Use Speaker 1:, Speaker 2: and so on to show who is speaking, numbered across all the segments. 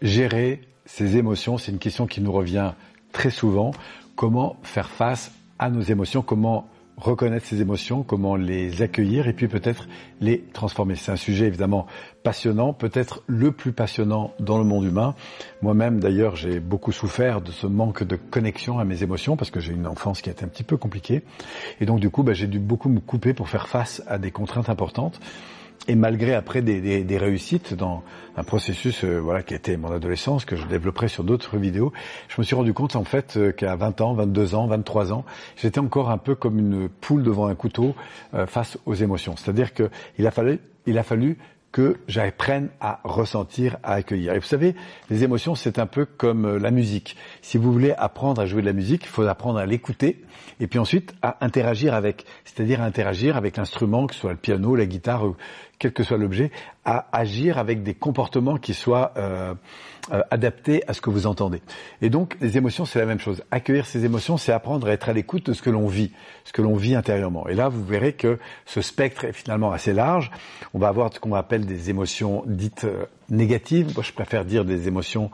Speaker 1: gérer ses émotions, c'est une question qui nous revient très souvent. Comment faire face à nos émotions, comment reconnaître ces émotions, comment les accueillir et puis peut-être les transformer. C'est un sujet évidemment passionnant, peut-être le plus passionnant dans le monde humain. Moi-même d'ailleurs, j'ai beaucoup souffert de ce manque de connexion à mes émotions parce que j'ai une enfance qui a été un petit peu compliquée. Et donc du coup, j'ai dû beaucoup me couper pour faire face à des contraintes importantes. Et malgré après des réussites dans un processus qui a été mon adolescence, que je développerai sur d'autres vidéos, je me suis rendu compte en fait qu'à 20 ans, 22 ans, 23 ans, j'étais encore un peu comme une poule devant un couteau face aux émotions. C'est-à-dire que il a fallu que j'apprenne à ressentir, à accueillir. Et vous savez, les émotions, c'est un peu comme la musique. Si vous voulez apprendre à jouer de la musique, il faut apprendre à l'écouter et puis ensuite à interagir avec. C'est-à-dire à interagir avec l'instrument, que ce soit le piano, la guitare, ou quel que soit l'objet, à agir avec des comportements qui soient adaptés à ce que vous entendez. Et donc, les émotions, c'est la même chose. Accueillir ces émotions, c'est apprendre à être à l'écoute de ce que l'on vit intérieurement. Et là, vous verrez que ce spectre est finalement assez large. On va avoir ce qu'on appelle des émotions dites négatives. Moi, je préfère dire des émotions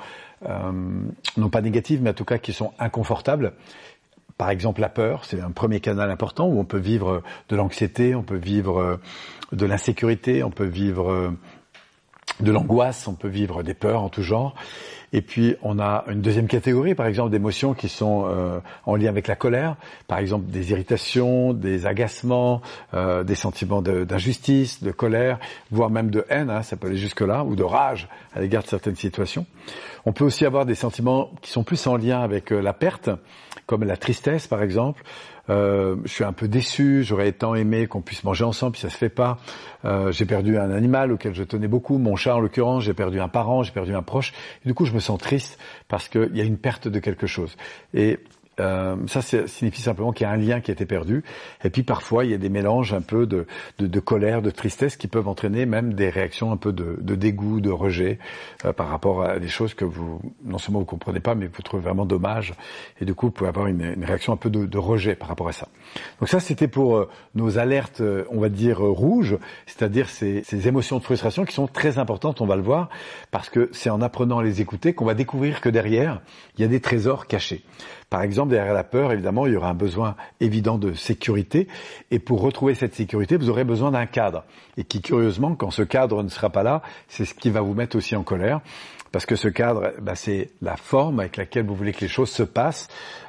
Speaker 1: non pas négatives, mais en tout cas qui sont inconfortables. Par exemple, la peur, c'est un premier canal important où on peut vivre de l'anxiété, on peut vivre de l'insécurité, on peut vivre de l'angoisse, on peut vivre des peurs en tout genre. Et puis, on a une deuxième catégorie, par exemple, d'émotions qui sont en lien avec la colère. Par exemple, des irritations, des agacements, des sentiments d'injustice, de colère, voire même de haine, ça peut aller jusque-là, ou de rage à l'égard de certaines situations. On peut aussi avoir des sentiments qui sont plus en lien avec la perte, comme la tristesse, par exemple. Je suis un peu déçu, j'aurais tant aimé qu'on puisse manger ensemble, puis ça se fait pas. J'ai perdu un animal auquel je tenais beaucoup, mon chat en l'occurrence, j'ai perdu un parent, j'ai perdu un proche. Et du coup, je me sens triste parce qu'il y a une perte de quelque chose. Et ça signifie simplement qu'il y a un lien qui a été perdu. Et puis parfois, il y a des mélanges un peu de colère, de tristesse qui peuvent entraîner même des réactions un peu de dégoût, de rejet par rapport à des choses que vous, non seulement vous comprenez pas, mais vous trouvez vraiment dommages. Et du coup, vous pouvez avoir une réaction un peu de rejet par rapport à ça. Donc ça, c'était pour nos alertes, on va dire, rouges, c'est-à-dire ces émotions de frustration qui sont très importantes, on va le voir, parce que c'est en apprenant à les écouter qu'on va découvrir que derrière, il y a des trésors cachés. Par exemple, derrière la peur, évidemment, il y aura un besoin évident de sécurité. Et pour retrouver cette sécurité, vous aurez besoin d'un cadre. Et qui, curieusement, quand ce cadre ne sera pas là, c'est ce qui va vous mettre aussi en colère. Parce que ce cadre, c'est la forme avec laquelle vous voulez que les choses se passent.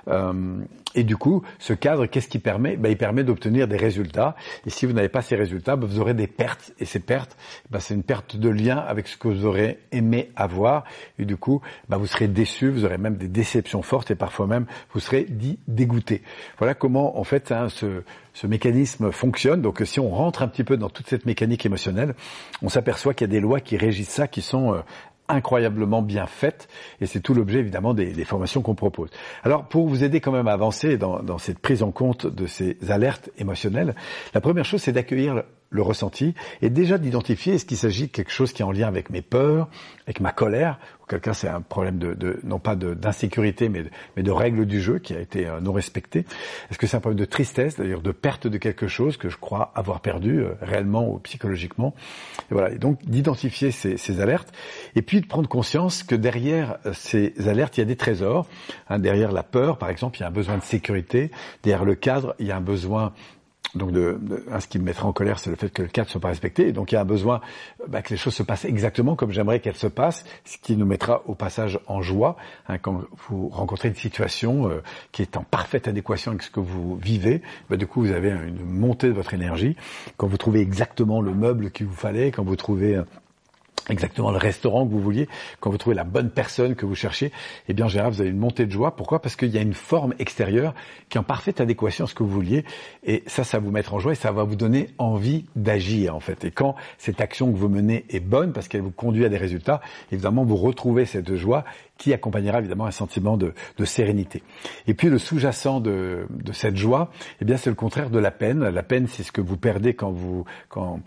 Speaker 1: Et du coup, ce cadre, qu'est-ce qu'il permet ? Il permet d'obtenir des résultats. Et si vous n'avez pas ces résultats, vous aurez des pertes. Et ces pertes, c'est une perte de lien avec ce que vous aurez aimé avoir. Et du coup, vous serez déçu, vous aurez même des déceptions fortes et parfois même, vous serez dégoûté. Voilà comment, en fait, ce mécanisme fonctionne. Donc, si on rentre un petit peu dans toute cette mécanique émotionnelle, on s'aperçoit qu'il y a des lois qui régissent ça, qui sont incroyablement bien faites, et c'est tout l'objet évidemment des formations qu'on propose. Alors pour vous aider quand même à avancer dans cette prise en compte de ces alertes émotionnelles, la première chose c'est d'accueillir le ressenti et déjà d'identifier est-ce qu'il s'agit de quelque chose qui est en lien avec mes peurs, avec ma colère, ou quelqu'un c'est un problème non pas d'insécurité mais de règles du jeu qui a été non respecté. Est-ce que c'est un problème de tristesse, d'ailleurs de perte de quelque chose que je crois avoir perdu réellement ou psychologiquement. Et voilà, et donc d'identifier ces alertes et puis de prendre conscience que derrière ces alertes il y a des trésors. Derrière la peur par exemple il y a un besoin de sécurité, derrière le cadre il y a un besoin. Donc ce qui me mettrait en colère, c'est le fait que le cadre ne soit pas respecté. Et donc il y a un besoin que les choses se passent exactement comme j'aimerais qu'elles se passent, ce qui nous mettra au passage en joie. Quand vous rencontrez une situation qui est en parfaite adéquation avec ce que vous vivez, du coup vous avez une montée de votre énergie. Quand vous trouvez exactement le meuble qu'il vous fallait, quand vous trouvez exactement le restaurant que vous vouliez, quand vous trouvez la bonne personne que vous cherchiez, en général, vous avez une montée de joie. Pourquoi ? Parce qu'il y a une forme extérieure qui est en parfaite adéquation à ce que vous vouliez. Et ça va vous mettre en joie et ça va vous donner envie d'agir, en fait. Et quand cette action que vous menez est bonne, parce qu'elle vous conduit à des résultats, évidemment, vous retrouvez cette joie qui accompagnera évidemment un sentiment de sérénité. Et puis le sous-jacent de cette joie, c'est le contraire de la peine. La peine, c'est ce que vous perdez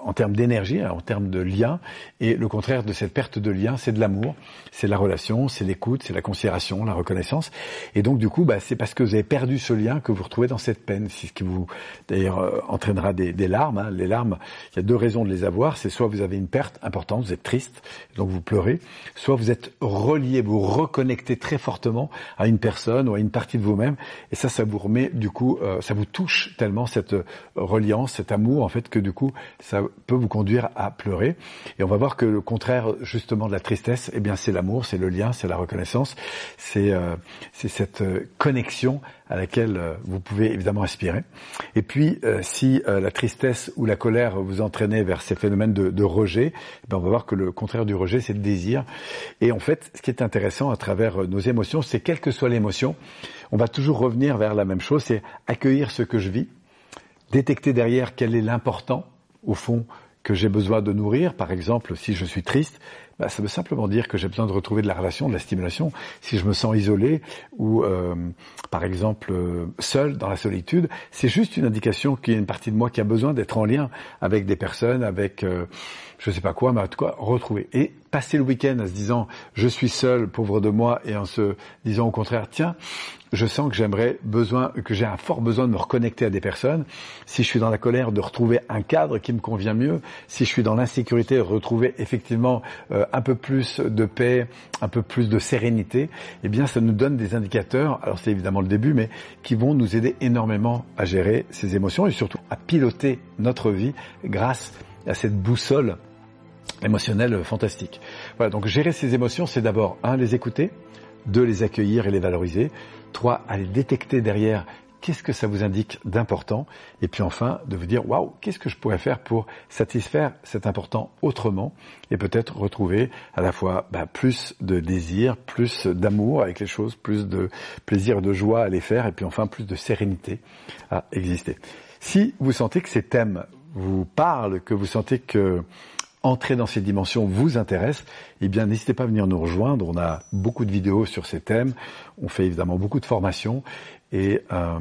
Speaker 1: en termes d'énergie, en termes de lien. Et le contraire de cette perte de lien, c'est de l'amour, c'est la relation, c'est l'écoute, c'est la considération, la reconnaissance. Et donc du coup, c'est parce que vous avez perdu ce lien que vous vous retrouvez dans cette peine. C'est ce qui vous, d'ailleurs, entraînera des larmes. Hein. Les larmes, il y a deux raisons de les avoir. C'est soit vous avez une perte importante, vous êtes triste, donc vous pleurez, soit vous êtes relié, vous reconnectez très fortement à une personne ou à une partie de vous-même. Et ça vous remet, du coup, ça vous touche tellement cette reliance, cet amour, en fait, que du coup, ça peut vous conduire à pleurer. Et on va voir que le contraire, justement, de la tristesse, eh bien, c'est l'amour, c'est le lien, c'est la reconnaissance, c'est cette connexion à laquelle vous pouvez évidemment aspirer. Et puis, si la tristesse ou la colère vous entraînez vers ces phénomènes de rejet, eh bien, on va voir que le contraire du rejet, c'est le désir. Et en fait, ce qui est intéressant à travers nos émotions, c'est quelle que soit l'émotion, on va toujours revenir vers la même chose, c'est accueillir ce que je vis, détecter derrière quel est l'important, au fond, que j'ai besoin de nourrir. Par exemple, si je suis triste, ça veut simplement dire que j'ai besoin de retrouver de la relation, de la stimulation. Si je me sens isolé ou, par exemple, seul dans la solitude, c'est juste une indication qu'il y a une partie de moi qui a besoin d'être en lien avec des personnes, avec je sais pas quoi, mais en tout cas, retrouver. Et passer le week-end en se disant « je suis seul, pauvre de moi » et en se disant au contraire « tiens, je sens que j'ai un fort besoin de me reconnecter à des personnes. Si je suis dans la colère, de retrouver un cadre qui me convient mieux. Si je suis dans l'insécurité, de retrouver effectivement un peu plus de paix, un peu plus de sérénité. Eh bien, ça nous donne des indicateurs. Alors, c'est évidemment le début, mais qui vont nous aider énormément à gérer ces émotions et surtout à piloter notre vie grâce à cette boussole émotionnelle fantastique. Voilà. Donc, gérer ces émotions, c'est d'abord, 1, les écouter, 2, les accueillir et les valoriser, 3, aller détecter derrière qu'est-ce que ça vous indique d'important, et puis enfin de vous dire waouh, qu'est-ce que je pourrais faire pour satisfaire cet important autrement, et peut-être retrouver à la fois plus de désir, plus d'amour avec les choses, plus de plaisir et de joie à les faire, et puis enfin plus de sérénité à exister. Si vous sentez que ces thèmes vous parlent, que vous sentez que entrer dans ces dimensions vous intéresse, eh bien n'hésitez pas à venir nous rejoindre. On a beaucoup de vidéos sur ces thèmes, on fait évidemment beaucoup de formations et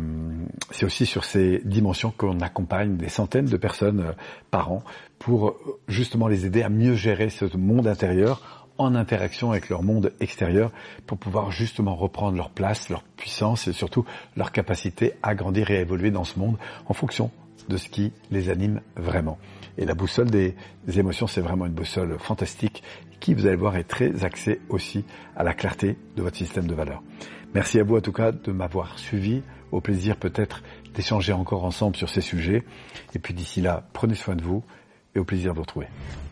Speaker 1: c'est aussi sur ces dimensions qu'on accompagne des centaines de personnes par an pour justement les aider à mieux gérer ce monde intérieur en interaction avec leur monde extérieur pour pouvoir justement reprendre leur place, leur puissance et surtout leur capacité à grandir et à évoluer dans ce monde en fonction de ce qui les anime vraiment. Et la boussole des émotions, c'est vraiment une boussole fantastique qui, vous allez voir, est très axée aussi à la clarté de votre système de valeurs. Merci à vous en tout cas de m'avoir suivi. Au plaisir peut-être d'échanger encore ensemble sur ces sujets. Et puis d'ici là, prenez soin de vous et au plaisir de vous retrouver.